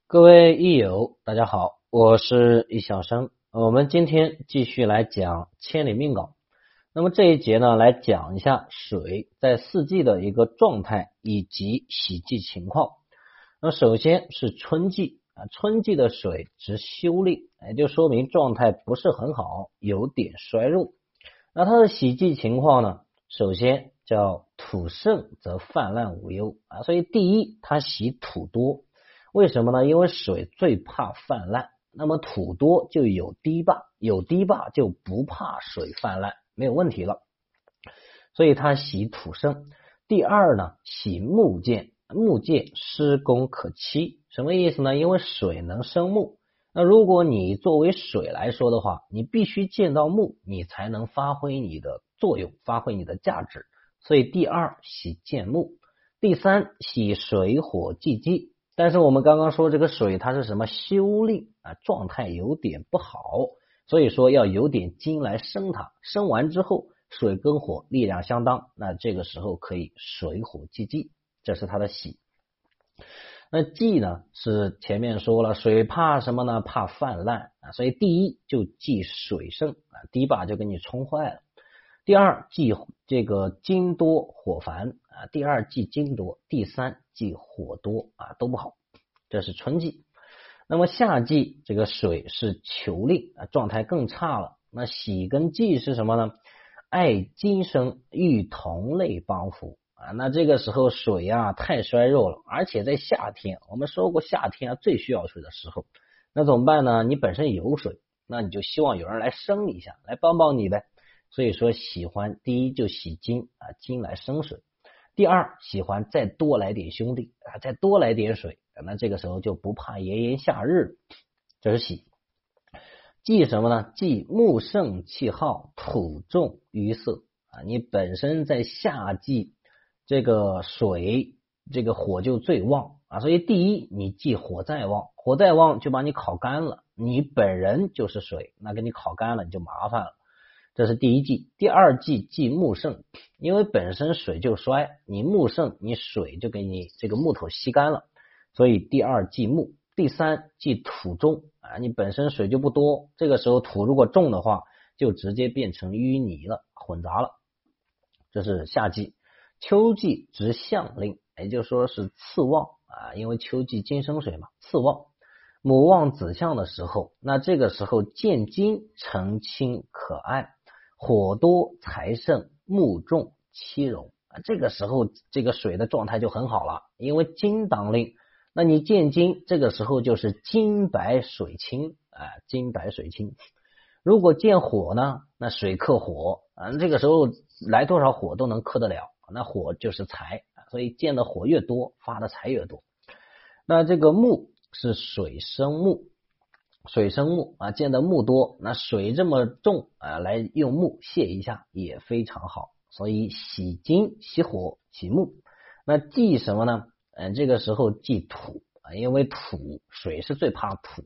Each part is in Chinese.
各位益友，大家好，我是易小生。我们今天继续来讲千里命稿。那么这一节呢，来讲一下水在四季的一个状态以及喜忌情况。那首先是春季春季的水值休令，也就说明状态不是很好，有点衰弱。那它的喜忌情况呢，首先叫土盛则泛滥无忧所以第一，它喜土多。为什么呢？因为水最怕泛滥，那么土多就有堤坝，有堤坝就不怕水泛滥，没有问题了。所以它喜土盛。第二呢，喜木见，木见施工可期，什么意思呢？因为水能生木，那如果你作为水来说的话，你必须见到木，你才能发挥你的作用，发挥你的价值。所以第二喜见木。第三喜水火既济。但是我们刚刚说这个水它是什么休令状态有点不好，所以说要有点金来生它，生完之后水跟火力量相当，那这个时候可以水火既济，这是它的喜。那忌呢是前面说了，水怕什么呢？怕泛滥所以第一就忌水盛堤坝就给你冲坏了。第二忌这个金多火繁第二忌金多，第三忌火多都不好，这是春季。那么夏季这个水是囚令状态更差了。那喜跟忌是什么呢？爱今生遇同类帮扶那这个时候水太衰弱了，而且在夏天，我们说过夏天最需要水的时候，那怎么办呢？你本身有水，那你就希望有人来生一下，来帮帮你呗。所以说喜欢第一就喜金金来生水。第二喜欢再多来点兄弟再多来点水那这个时候就不怕炎炎夏日，这是喜。忌什么呢？忌木盛气耗，土重淤塞你本身在夏季这个水这个火就最旺所以第一你忌火再旺，火再旺就把你烤干了，你本人就是水，那给你烤干了你就麻烦了，这是第一忌。第二忌忌木盛，因为本身水就衰，你木盛你水就给你这个木头吸干了，所以第二忌木。第三忌土重你本身水就不多，这个时候土如果重的话就直接变成淤泥了，混杂了，这是夏季。秋季值相令，也就是说是次旺因为秋季金生水嘛，次旺。母旺子相的时候，那这个时候见金澄清可爱，火多财盛，木重妻柔这个时候这个水的状态就很好了，因为金当令，那你见金这个时候就是金白水清金白水清。如果见火呢，那水克火这个时候来多少火都能克得了，那火就是财所以见的火越多，发的财越多。那这个木是水生木，水生木见的木多，那水这么重来用木泄一下也非常好，所以喜金喜火喜木。那忌什么呢？这个时候忌土因为土水是最怕土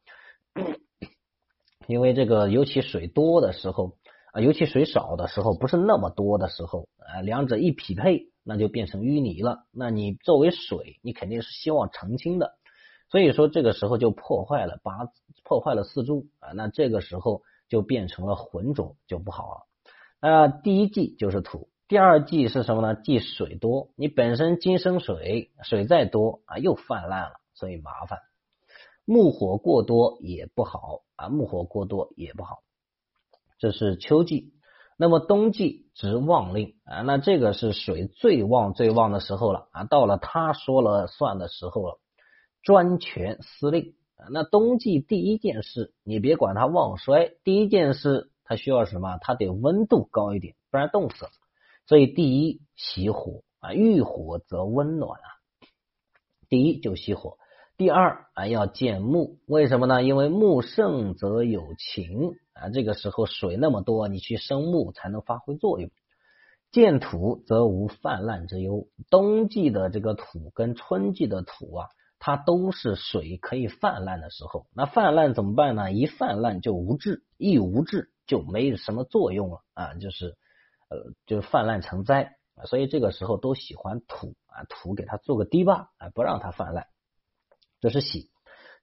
因为这个尤其水多的时候尤其水少的时候不是那么多的时候两者一匹配那就变成淤泥了，那你作为水你肯定是希望澄清的，所以说这个时候就破坏了四柱那这个时候就变成了浑浊，就不好了第一忌就是土。第二忌是什么呢？忌水多，你本身金生水，水再多又泛滥了，所以麻烦。木火过多也不好木火过多也不好，这是秋季。那么冬季值旺令那这个是水最旺最旺的时候了到了他说了算的时候了，专权司令那冬季第一件事，你别管它旺衰，第一件事它需要什么？它得温度高一点，不然冻死了。所以第一喜火遇火则温暖第一就喜火。第二要见木，为什么呢？因为木盛则有情这个时候水那么多，你去生木才能发挥作用。见土则无泛滥之忧，冬季的这个土跟春季的土它都是水可以泛滥的时候，那泛滥怎么办呢？一泛滥就无治，一无治就没什么作用了就是泛滥成灾所以这个时候都喜欢土土给它做个堤坝不让它泛滥，这是喜。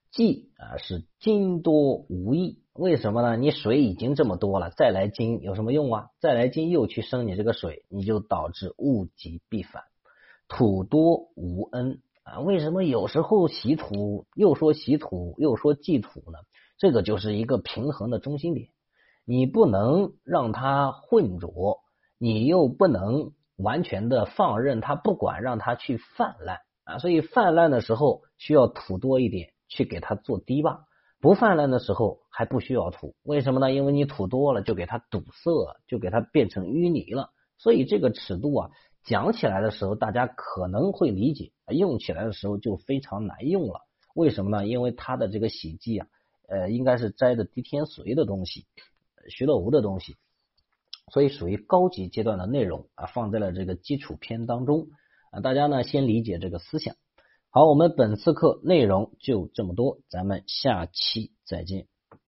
济是精多无益。为什么呢？你水已经这么多了，再来精有什么用啊？再来精又去生你这个水，你就导致物极必反。土多无恩为什么有时候洗土又说洗土又说忌土呢？这个就是一个平衡的中心点，你不能让它混浊，你又不能完全的放任它不管，让它去泛滥所以泛滥的时候需要土多一点去给它做堤坝，不泛滥的时候还不需要土。为什么呢？因为你土多了就给它堵塞了，就给它变成淤泥了。所以这个尺度讲起来的时候大家可能会理解，用起来的时候就非常难用了。为什么呢？因为它的这个洗剂应该是摘的滴天髓的东西，徐乐无的东西，所以属于高级阶段的内容放在了这个基础篇当中大家呢先理解这个思想。好，我们本次课内容就这么多，咱们下期再见。